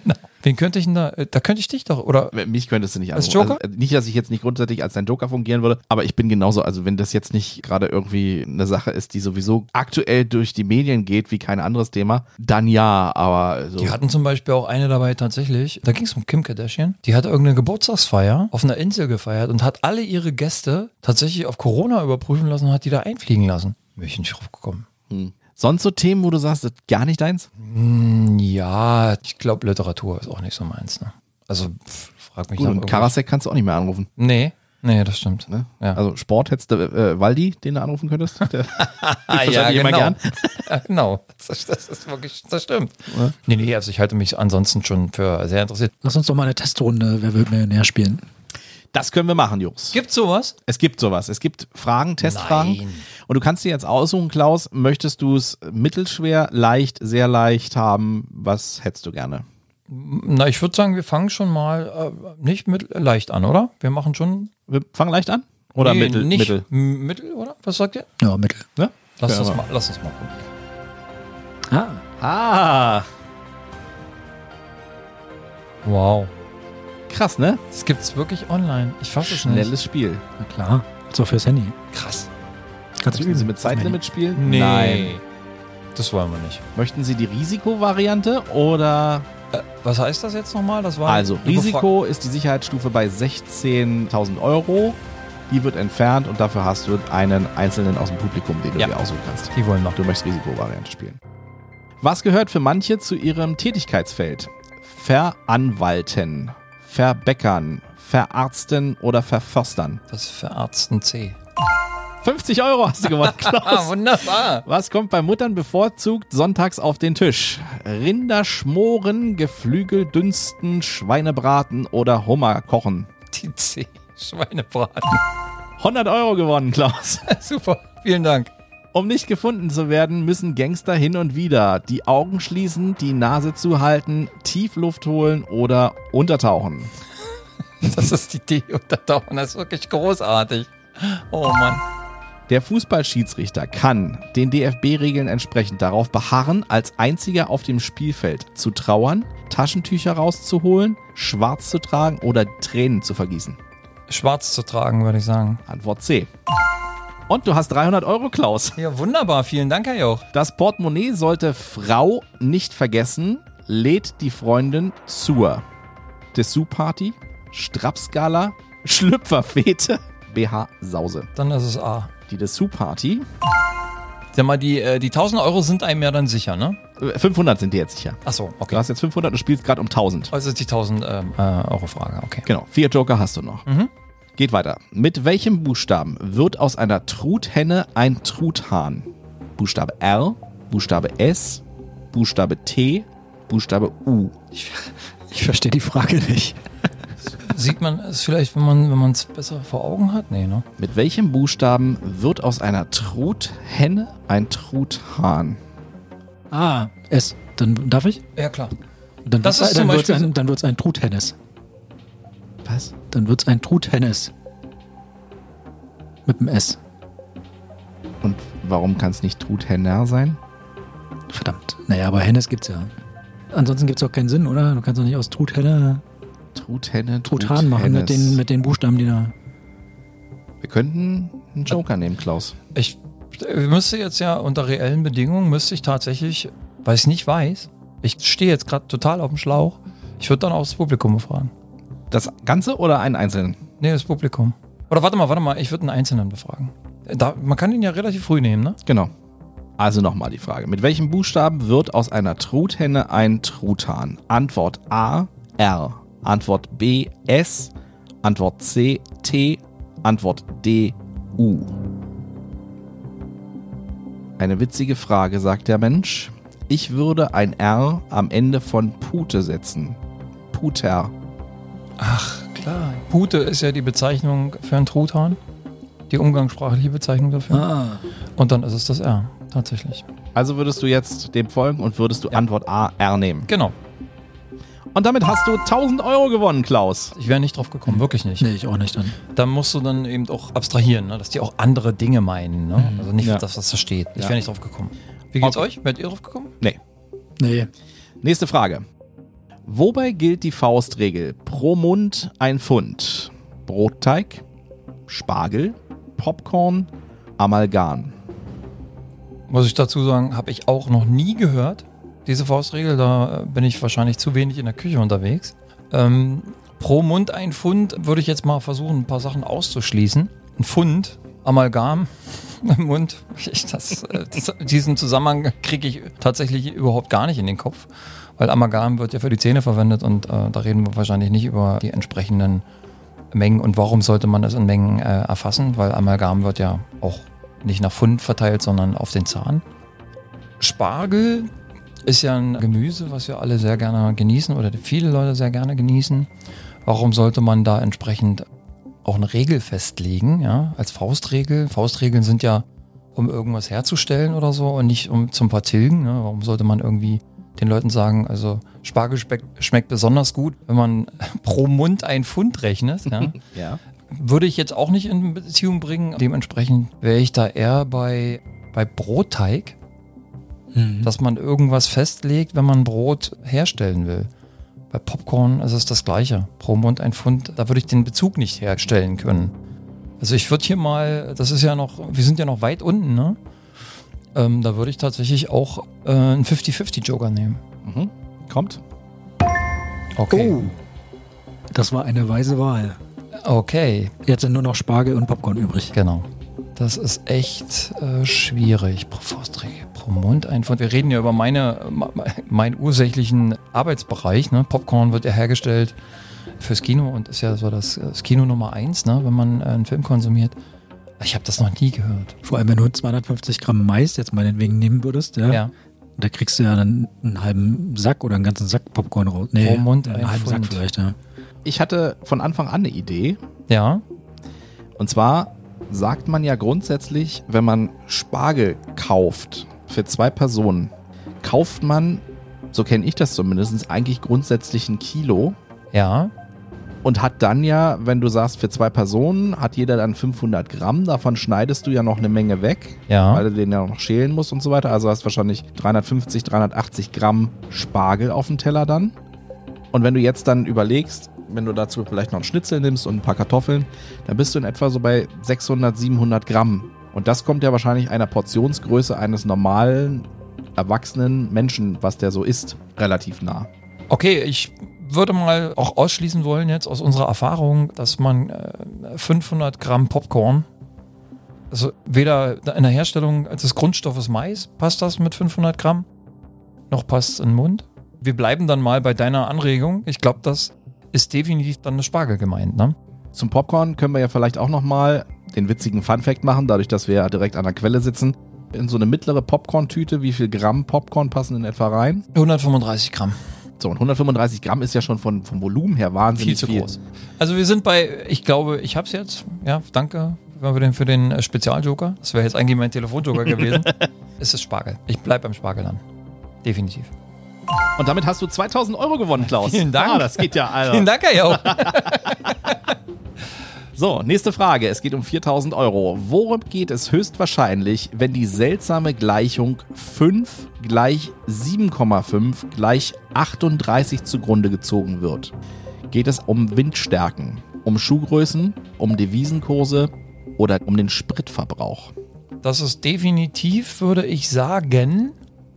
Wen könnte ich denn da könnte ich dich doch, oder? Mich könntest du nicht Als anrufen. Joker? Also, nicht, dass ich jetzt nicht grundsätzlich als dein Joker fungieren würde, aber ich bin genauso, also wenn das jetzt nicht gerade irgendwie eine Sache ist, die sowieso aktuell durch die Medien geht, wie kein anderes Thema, dann ja, aber so. Die hatten zum Beispiel auch eine dabei tatsächlich, da ging es um Kim Kardashian, die hat irgendeine Geburtstagsfeier auf einer Insel gefeiert und hat alle ihre Gäste tatsächlich auf Corona überprüfen lassen und hat die da einfliegen lassen. Bin ich nicht drauf gekommen. Sonst so Themen, wo du sagst, das ist gar nicht deins? Ja, ich glaube, Literatur ist auch nicht so meins. Ne? Also, frag mich Gut, nach und irgendwas. Karasek kannst du auch nicht mehr anrufen. Nee, das stimmt. Ne? Ja. Also Sport hättest du Waldi, den du anrufen könntest? Der Ja, immer genau. gern. Ja, genau. Das ist wirklich, das stimmt. Nee, also ich halte mich ansonsten schon für sehr interessiert. Lass uns doch mal eine Testrunde Wer wird Millionär spielen. Das können wir machen, Jungs. Gibt's sowas? Es gibt sowas. Es gibt Fragen, Testfragen. Nein. Und du kannst dir jetzt aussuchen, Klaus, möchtest du es mittelschwer, leicht, sehr leicht haben? Was hättest du gerne? Na, ich würde sagen, wir fangen schon mal nicht mit leicht an, oder? Wir machen schon. Wir fangen leicht an? Oder Nee, mittel? nicht Mittel? Mittel, oder? Was sagt ihr? Ja, Mittel. Ja? Lass Können uns wir. mal probieren. Ah, Wow. Krass, ne? Das gibt's wirklich online. Ich fasse es nicht. Schnelles Spiel. na klar. So fürs Handy. Krass. Kannst du Möchten Sie üben. mit Zeitlimit spielen? Nee. Nein. Das wollen wir nicht. Möchten Sie die Risikovariante oder? Was heißt das jetzt nochmal? Das war Also, du Risiko ist die Sicherheitsstufe bei 16.000 Euro. Die wird entfernt und dafür hast du einen Einzelnen aus dem Publikum, den du Ja. dir aussuchen kannst. Die wollen noch. Du möchtest Risikovariante spielen. Was gehört für manche zu ihrem Tätigkeitsfeld? Veranwalten, verbäckern, verarzten oder verförstern? Das Verarzten C. 50 Euro hast du gewonnen, Klaus. Wunderbar. Was kommt bei Muttern bevorzugt sonntags auf den Tisch? Rinderschmoren, Geflügel dünsten, Schweinebraten oder Hummer kochen? Die C. Schweinebraten. 100 Euro gewonnen, Klaus. Super. Vielen Dank. Um nicht gefunden zu werden, müssen Gangster hin und wieder die Augen schließen, die Nase zuhalten, Tiefluft holen oder untertauchen. Das ist die Idee untertauchen. Das ist wirklich großartig. Oh Mann. Der Fußballschiedsrichter kann den DFB-Regeln entsprechend darauf beharren, als einziger auf dem Spielfeld zu trauern, Taschentücher rauszuholen, schwarz zu tragen oder Tränen zu vergießen. Schwarz zu tragen, würde ich sagen. Antwort C. Und du hast 300 Euro, Klaus. Ja, wunderbar. Vielen Dank, Herr Jauch. Das Portemonnaie sollte Frau nicht vergessen, lädt die Freundin zur Dessous-Party, Strapsgala, Schlüpferfete, BH-Sause. Dann ist es A. Die Dessous-Party, Sag mal, die 1000 Euro sind einem ja dann sicher, ne? 500 sind dir jetzt sicher. Achso, Du okay. hast jetzt 500 und spielst gerade um 1000. Also ist die 1000 Euro Frage, okay. Genau, 4 Joker hast du noch. Geht weiter. Mit welchem Buchstaben wird aus einer Truthenne ein Truthahn? Buchstabe R, Buchstabe S, Buchstabe T, Buchstabe U. Ich verstehe die Frage nicht. Sieht man es vielleicht, wenn man es besser vor Augen hat? Nee, ne? Mit welchem Buchstaben wird aus einer Truthenne ein Truthahn? Ah, S. Dann darf ich? Ja, klar. Dann Das wird's ist zum Beispiel dann wird's ein Truthennis. Was? Dann wird's ein Truthennis. Mit dem S. Und warum kann es nicht Truthenner sein? Verdammt. Naja, aber Hennes gibt's ja. Ansonsten gibt's auch keinen Sinn, oder? Du kannst doch nicht aus Truthenne Truthenne, Truthan machen mit den Buchstaben, die da. Wir könnten einen Joker nehmen, Klaus. Ich müsste jetzt ja unter reellen Bedingungen, müsste ich tatsächlich, weil ich nicht weiß, ich stehe jetzt gerade total auf dem Schlauch, ich würde dann auch das Publikum befragen. Das Ganze oder einen Einzelnen? Nee, das Publikum. Oder warte mal, ich würde einen Einzelnen befragen. Man kann ihn ja relativ früh nehmen, ne? Genau. Also nochmal die Frage. Mit welchem Buchstaben wird aus einer Truthenne ein Truthahn? Antwort A, R. Antwort B, S. Antwort C, T. Antwort D, U. Eine witzige Frage, sagt der Mensch. Ich würde ein R am Ende von Pute setzen. Puter. Ach, klar. Pute ist ja die Bezeichnung für einen Truthahn. Die umgangssprachliche Bezeichnung dafür. Ah. Und dann ist es das R, tatsächlich. Also würdest du jetzt dem folgen und würdest du Antwort A, R nehmen. Genau. Und damit hast du 1000 Euro gewonnen, Klaus. Ich wäre nicht drauf gekommen, wirklich nicht. Nee, ich auch nicht dann. Da musst du dann eben auch abstrahieren, ne? Dass die auch andere Dinge meinen. Ne? Also nicht, Ja. dass das steht. Ich Ja. wäre nicht drauf gekommen. Wie geht's Okay. euch? Werdet ihr drauf gekommen? Nee. Nee. Nächste Frage. Wobei gilt die Faustregel? Pro Mund ein Pfund. Brotteig, Spargel, Popcorn, Amalgam. Muss ich dazu sagen, habe ich auch noch nie gehört, diese Faustregel. Da bin ich wahrscheinlich zu wenig in der Küche unterwegs. Pro Mund ein Pfund würde ich jetzt mal versuchen, ein paar Sachen auszuschließen. Ein Pfund, Amalgam im Mund, diesen Zusammenhang kriege ich tatsächlich überhaupt gar nicht in den Kopf, weil Amalgam wird ja für die Zähne verwendet und da reden wir wahrscheinlich nicht über die entsprechenden Mengen. Und warum sollte man das in Mengen erfassen? Weil Amalgam wird ja auch nicht nach Pfund verteilt, sondern auf den Zahn. Spargel ist ja ein Gemüse, was wir alle sehr gerne genießen oder viele Leute sehr gerne genießen. Warum sollte man da entsprechend auch eine Regel festlegen, ja, als Faustregel? Faustregeln sind ja, um irgendwas herzustellen oder so und nicht um zum Vertilgen. Ne? Warum sollte man irgendwie den Leuten sagen, also Spargel schmeckt besonders gut, wenn man pro Mund ein Pfund rechnet? Ja? Ja. Würde ich jetzt auch nicht in Beziehung bringen. Dementsprechend wäre ich da eher bei Brotteig, dass man irgendwas festlegt, wenn man Brot herstellen will. Bei Popcorn ist es das Gleiche. Pro Mund ein Pfund, da würde ich den Bezug nicht herstellen können. Also ich würde hier mal, das ist ja noch, wir sind ja noch weit unten, ne? Da würde ich tatsächlich auch einen 50-50 Joker nehmen. Mhm. Kommt. Okay. Oh, das war eine weise Wahl. Okay, Jetzt sind nur noch Spargel und Popcorn übrig. genau. Das ist echt schwierig. Pro Faustregel, pro Mund ein Pfund. Wir reden ja über meinen ursächlichen Arbeitsbereich. Ne? Popcorn wird ja hergestellt fürs Kino und ist ja so das Kino Nummer 1, ne? Wenn man einen Film konsumiert. Ich habe das noch nie gehört. Vor allem, wenn du 250 Gramm Mais jetzt meinetwegen nehmen würdest, ja. Da kriegst du ja dann einen halben Sack oder einen ganzen Sack Popcorn raus. Nee, Pro Mund ein einen halben Pfund. Sack vielleicht, ja. Ich hatte von Anfang an eine Idee. Ja. Und zwar sagt man ja grundsätzlich, wenn man Spargel kauft für 2 Personen, kauft man, so kenne ich das zumindest, eigentlich grundsätzlich 1 Kilo Ja. und hat dann ja, wenn du sagst für 2 Personen, hat jeder dann 500 Gramm, davon schneidest du ja noch eine Menge weg, Ja. weil du den ja noch schälen musst und so weiter, also hast wahrscheinlich 350, 380 Gramm Spargel auf dem Teller dann. Und wenn du jetzt dann überlegst, wenn du dazu vielleicht noch einen Schnitzel nimmst und ein paar Kartoffeln, dann bist du in etwa so bei 600, 700 Gramm. Und das kommt ja wahrscheinlich einer Portionsgröße eines normalen, erwachsenen Menschen, was der so isst, relativ nah. Okay, ich würde mal auch ausschließen wollen jetzt aus unserer Erfahrung, dass man 500 Gramm Popcorn, also weder in der Herstellung des Grundstoffes Mais passt das mit 500 Gramm, noch passt es in den Mund. Wir bleiben dann mal bei deiner Anregung. Ich glaube, das ist definitiv dann eine Spargel gemeint, ne? Zum Popcorn können wir ja vielleicht auch nochmal den witzigen Funfact machen, dadurch, dass wir ja direkt an der Quelle sitzen. In so eine mittlere Popcorn-Tüte, wie viel Gramm Popcorn passen in etwa rein? 135 Gramm. So, und 135 Gramm ist ja schon vom Volumen her wahnsinnig Viel zu groß. Also wir sind bei, ich glaube, ich hab's jetzt. Ja, danke für den Spezialjoker. Das wäre jetzt eigentlich mein Telefonjoker gewesen. Es ist Spargel. Ich bleib beim Spargel dann. Definitiv. Und damit hast du 2.000 € gewonnen, Klaus. Vielen Dank. Ah, das geht ja, Alter. Vielen Dank, Herr Jau. So, nächste Frage. Es geht um 4.000 €. Worum geht es höchstwahrscheinlich, wenn die seltsame Gleichung 5 gleich 7,5 gleich 38 zugrunde gezogen wird? Geht es um Windstärken, um Schuhgrößen, um Devisenkurse oder um den Spritverbrauch? Das ist definitiv, würde ich sagen,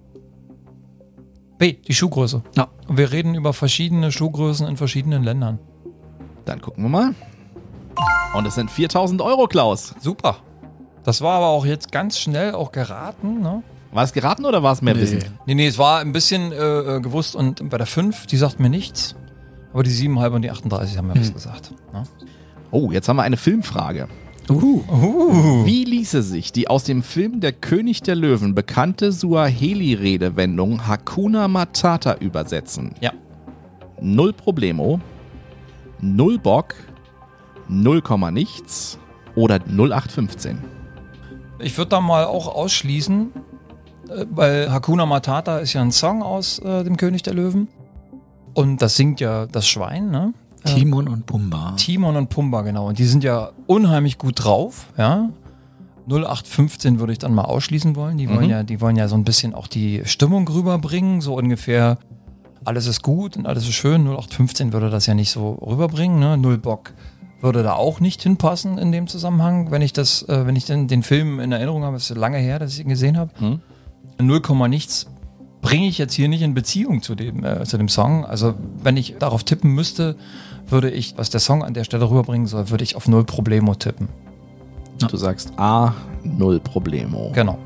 B, die Schuhgröße. Ja. Und wir reden über verschiedene Schuhgrößen in verschiedenen Ländern. Dann gucken wir mal. Und es sind 4.000 €, Klaus. Super. Das war aber auch jetzt ganz schnell auch geraten, ne? War es geraten oder war es mehr Wissen? Nee, es war ein bisschen gewusst und bei der 5, die sagt mir nichts. Aber die 7,5 und die 38 haben mir was gesagt. Ne? Oh, jetzt haben wir eine Filmfrage. Wie ließe sich die aus dem Film Der König der Löwen bekannte Suaheli-Redewendung Hakuna Matata übersetzen? Ja. 0 Problemo, 0 Bock, 0, nichts oder 0815? Ich würde da mal auch ausschließen, weil Hakuna Matata ist ja ein Song aus dem König der Löwen. Und das singt ja das Schwein, ne? Timon und Pumba. Timon und Pumba, genau. Und die sind ja unheimlich gut drauf, ja. 0815 würde ich dann mal ausschließen wollen. Die wollen ja so ein bisschen auch die Stimmung rüberbringen, so ungefähr alles ist gut und alles ist schön. 0815 würde das ja nicht so rüberbringen. Ne? Null Bock würde da auch nicht hinpassen in dem Zusammenhang, wenn ich den Film in Erinnerung habe. Es ist lange her, dass ich ihn gesehen habe. 0, nichts bringe ich jetzt hier nicht in Beziehung zu dem Song. Also wenn ich darauf tippen müsste, würde ich, was der Song an der Stelle rüberbringen soll, würde ich auf 0 Problemo tippen. Ja. Du sagst A, 0 Problemo. Genau.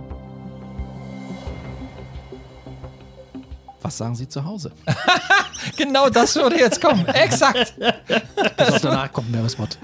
Was sagen Sie zu Hause? Genau das würde jetzt kommen. Exakt. Also danach kommt ein Werbespot.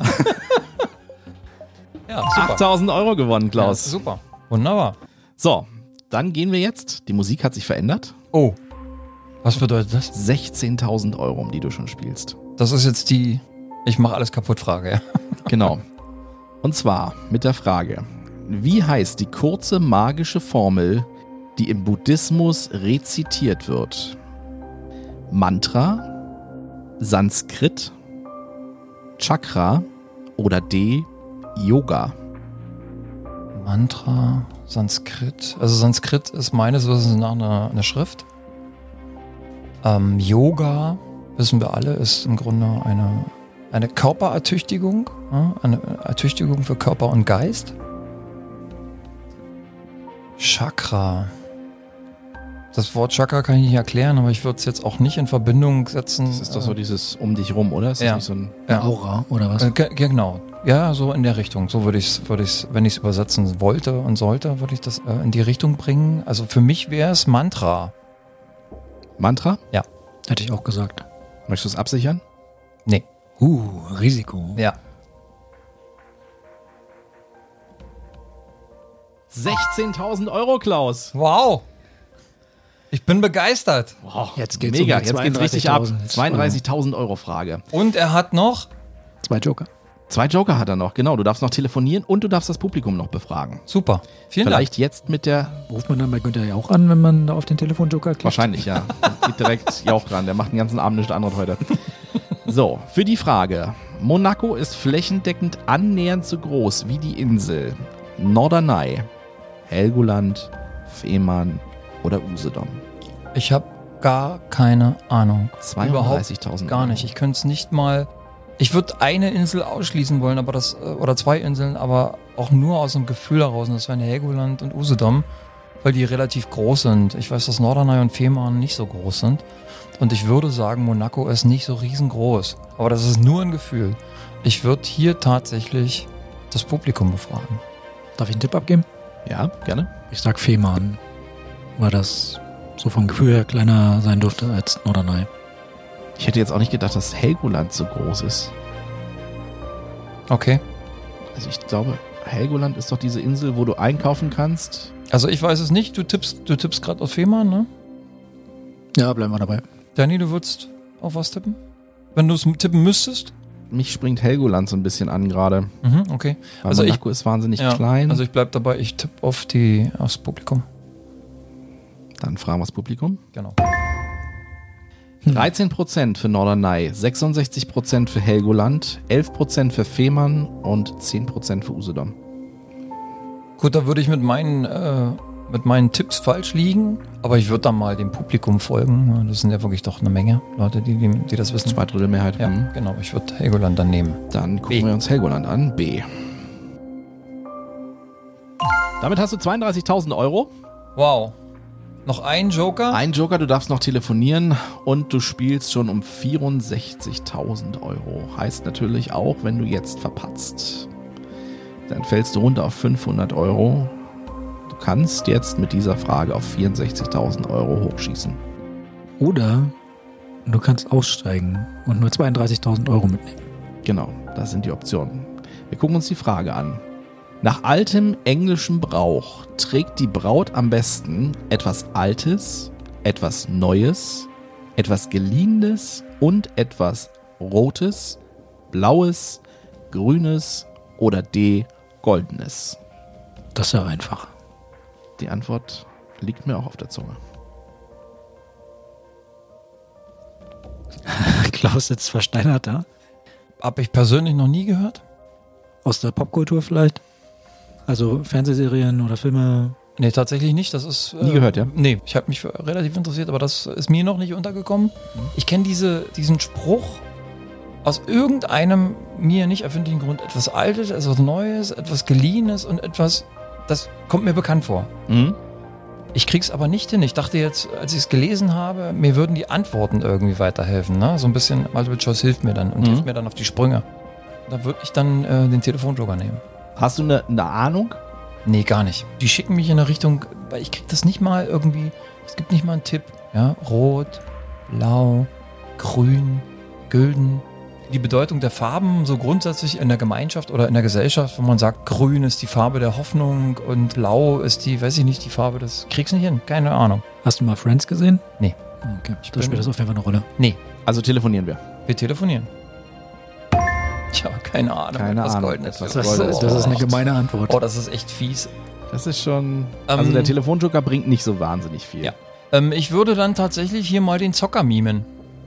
Ja, super. 8.000 Euro gewonnen, Klaus. Ja, super. Wunderbar. So, dann gehen wir jetzt. Die Musik hat sich verändert. Oh. Was bedeutet das? 16.000 Euro, um die du schon spielst. Das ist jetzt die Ich mache alles kaputt Frage, ja. Genau. Und zwar mit der Frage, wie heißt die kurze magische Formel, die im Buddhismus rezitiert wird? Mantra, Sanskrit, Chakra oder D, Yoga? Mantra, Sanskrit. Also Sanskrit ist meines Wissens nach eine Schrift. Yoga, wissen wir alle, ist im Grunde eine Körperertüchtigung. Ja? Eine Ertüchtigung für Körper und Geist. Chakra. Das Wort Chakra kann ich nicht erklären, aber ich würde es jetzt auch nicht in Verbindung setzen. Das ist doch so dieses um dich rum, oder? Ist das ja. nicht so ein Aura oder was? Genau. Ja, so in der Richtung. So würde ich es, wenn ich es übersetzen wollte und sollte, würde ich das in die Richtung bringen. Also für mich wäre es Mantra. Mantra? Ja. Hätte ich auch gesagt. Möchtest du es absichern? Nee. Risiko. Ja. 16.000 Euro, Klaus. Wow. Ich bin begeistert. Wow. Jetzt geht's Mega, um die jetzt geht's richtig ab. 32.000 32.000 Euro Frage. Und er hat noch 2 Joker. 2 Joker hat er noch, genau. Du darfst noch telefonieren und du darfst das Publikum noch befragen. super. Vielen Vielleicht jetzt mit der... Ruft man dann bei Günther ja auch an, wenn man da auf den Telefonjoker klickt? Wahrscheinlich, ja. Geht direkt Jauch dran. Der macht den ganzen Abend nichts anderes heute. So, für die Frage. Monaco ist flächendeckend annähernd so groß wie die Insel Norderney, Helgoland, Fehmarn oder Usedom. Dank. Ich habe gar keine Ahnung. 32.000 Gar nicht. Ich könnte es nicht mal. Ich würde eine Insel ausschließen wollen, aber oder 2 Inseln, aber auch nur aus dem Gefühl heraus. Und das wären Helgoland und Usedom, weil die relativ groß sind. Ich weiß, dass Norderney und Fehmarn nicht so groß sind. Und ich würde sagen, Monaco ist nicht so riesengroß. Aber das ist nur ein Gefühl. Ich würde hier tatsächlich das Publikum befragen. Darf ich einen Tipp abgeben? Ja, gerne. Ich sag Fehmarn, weil das so vom Gefühl her kleiner sein dürfte als Norderney. Ich hätte jetzt auch nicht gedacht, dass Helgoland so groß ist. Okay. Also ich glaube, Helgoland ist doch diese Insel, wo du einkaufen kannst. Also ich weiß es nicht. Du tippst gerade auf Fehmarn, ne? Ja, bleiben wir dabei. Danny, du würdest auf was tippen? Wenn du es tippen müsstest? Mich springt Helgoland so ein bisschen an gerade. Mhm, okay. Weil Also Monaco ist wahnsinnig klein. Also ich bleib dabei, ich tippe aufs Publikum. Dann fragen wir das Publikum. Genau. 13% für Norderney, 66% für Helgoland, 11% für Fehmarn und 10% für Usedom. Gut, da würde ich mit meinen Tipps falsch liegen, aber ich würde dann mal dem Publikum folgen. Das sind ja wirklich doch eine Menge Leute, die das wissen. 2/3 Mehrheit. Ja, genau. Ich würde Helgoland dann nehmen. Dann gucken B. wir uns Helgoland an. B. Damit hast du 32.000 Euro. Wow. Noch ein Joker? Ein Joker, du darfst noch telefonieren und du spielst schon um 64.000 Euro. Heißt natürlich auch, wenn du jetzt verpatzt, dann fällst du runter auf 500 Euro. Du kannst jetzt mit dieser Frage auf 64.000 Euro hochschießen. Oder du kannst aussteigen und nur 32.000 Euro mitnehmen. Genau, das sind die Optionen. Wir gucken uns die Frage an. Nach altem englischem Brauch trägt die Braut am besten etwas Altes, etwas Neues, etwas Geliehenes und etwas Rotes, Blaues, Grünes oder D. Goldenes. Das ist ja einfach. Die Antwort liegt mir auch auf der Zunge. Klaus sitzt versteinert da. Hab ich persönlich noch nie gehört. Aus der Popkultur vielleicht? Also Fernsehserien oder Filme? Nee, tatsächlich nicht. Das ist Nie gehört, ja? Nee, ich habe mich relativ interessiert, aber das ist mir noch nicht untergekommen. Ich kenne diesen Spruch aus irgendeinem mir nicht erfindlichen Grund. Etwas Altes, etwas Neues, etwas Geliehenes und etwas, das kommt mir bekannt vor. Mhm. Ich krieg's aber nicht hin. Ich dachte jetzt, als ich es gelesen habe, mir würden die Antworten irgendwie weiterhelfen. Ne? So ein bisschen, Multiple Choice hilft mir dann und hilft mir dann auf die Sprünge. Da würde ich dann den Telefonjoker nehmen. Hast du eine Ahnung? Nee, gar nicht. Die schicken mich in eine Richtung, weil ich krieg das nicht mal irgendwie, es gibt nicht mal einen Tipp. Ja? Rot, Blau, Grün, Gülden. Die Bedeutung der Farben so grundsätzlich in der Gemeinschaft oder in der Gesellschaft, wo man sagt, Grün ist die Farbe der Hoffnung und Blau ist die, weiß ich nicht, die Farbe des... Krieg's nicht hin, keine Ahnung. Hast du mal Friends gesehen? Nee. Okay, da spielt das auf jeden Fall eine Rolle. Nee, Also telefonieren wir. wir telefonieren. Tja, keine Ahnung. Keine etwas Ahnung, Goldenes. etwas Das, Goldenes. das ist eine gemeine Antwort. Oh, das ist echt fies. Das ist schon... Also der Telefonjoker bringt nicht so wahnsinnig viel. Ja. Ich würde dann tatsächlich hier mal den Zocker mimen.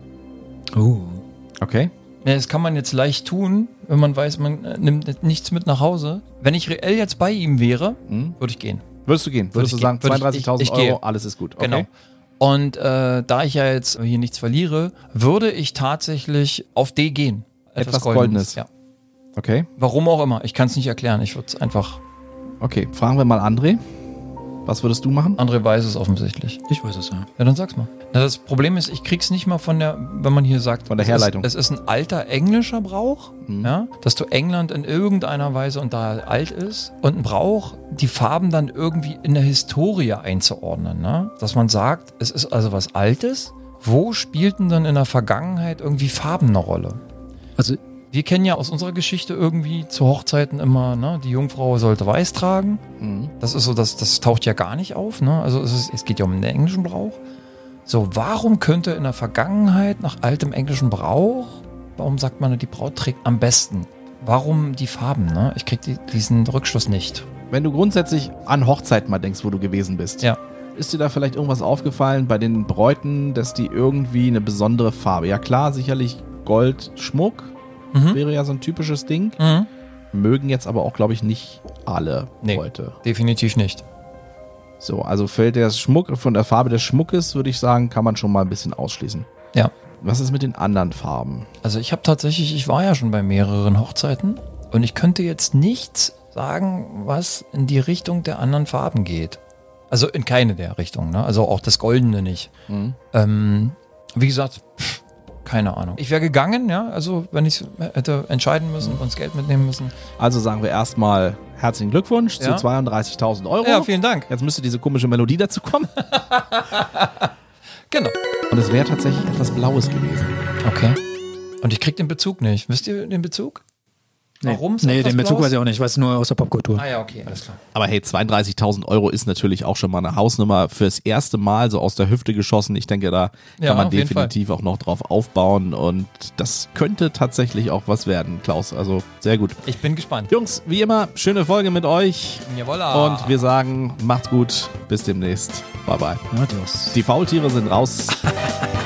Okay. Ja, das kann man jetzt leicht tun, wenn man weiß, man nimmt nichts mit nach Hause. Wenn ich reell jetzt bei ihm wäre, würde ich gehen. Würdest du gehen? Würdest du ich sagen, gehen. Würde ich 32.000 gehe. Euro, alles ist gut. Okay. Genau. Und da ich ja jetzt hier nichts verliere, würde ich tatsächlich auf D gehen. Etwas Goldenes. Ja. Okay. Warum auch immer. Ich kann es nicht erklären. Ich würde es einfach... Okay, fragen wir mal André. Was würdest du machen? André weiß es offensichtlich. Ich weiß es ja. Ja, dann sag's mal. Na, das Problem ist, ich krieg's nicht mal von der, wenn man hier sagt, Von der Herleitung. Es ist ein alter englischer Brauch, ja, dass du England in irgendeiner Weise und da alt ist und ein Brauch, die Farben dann irgendwie in der Historie einzuordnen, ne? Dass man sagt, es ist also was Altes. Wo spielten dann in der Vergangenheit irgendwie Farben eine Rolle? Also Wir kennen ja aus unserer Geschichte irgendwie zu Hochzeiten immer, ne, die Jungfrau sollte weiß tragen. Das ist so, das taucht ja gar nicht auf, ne? Also es geht ja um den englischen Brauch. So, warum könnte in der Vergangenheit nach altem englischen Brauch, warum sagt man, die Braut trägt am besten? Warum die Farben, ne? Ich krieg diesen Rückschluss nicht. Wenn du grundsätzlich an Hochzeiten mal denkst, wo du gewesen bist, Ja. ist dir da vielleicht irgendwas aufgefallen bei den Bräuten, dass die irgendwie eine besondere Farbe, ja klar, sicherlich Goldschmuck, wäre ja so ein typisches Ding. Mögen jetzt aber auch, glaube ich, nicht alle Nee. Bräute. Definitiv nicht. So, also fällt der Schmuck von der Farbe des Schmuckes, würde ich sagen, kann man schon mal ein bisschen ausschließen. Ja. Was ist mit den anderen Farben? Also ich war ja schon bei mehreren Hochzeiten und ich könnte jetzt nichts sagen, was in die Richtung der anderen Farben geht. Also in keine der Richtungen, ne? Also auch das Goldene nicht. Wie gesagt, keine Ahnung. Ich wäre gegangen, ja, also wenn ich hätte entscheiden müssen und das Geld mitnehmen müssen. Also sagen wir erstmal herzlichen Glückwunsch Ja. zu 32.000 Euro. Ja, vielen Dank. Jetzt müsste diese komische Melodie dazu kommen. Genau. Und es wäre tatsächlich etwas Blaues gewesen. Okay. Und ich krieg den Bezug nicht. Wisst ihr den Bezug? Warum? Nee, den Bezug weiß ich auch nicht. Ich weiß nur aus der Popkultur. Ah ja, okay, alles klar. Aber hey, 32.000 Euro ist natürlich auch schon mal eine Hausnummer fürs erste Mal so aus der Hüfte geschossen. Ich denke, da Ja, kann man auf jeden definitiv auch noch drauf aufbauen und das könnte tatsächlich auch was werden, Klaus. Also sehr gut. Ich bin gespannt. Jungs, wie immer, schöne Folge mit euch Jawolla. und wir sagen, macht's gut, bis demnächst. Bye bye. Adios. Die Faultiere sind raus.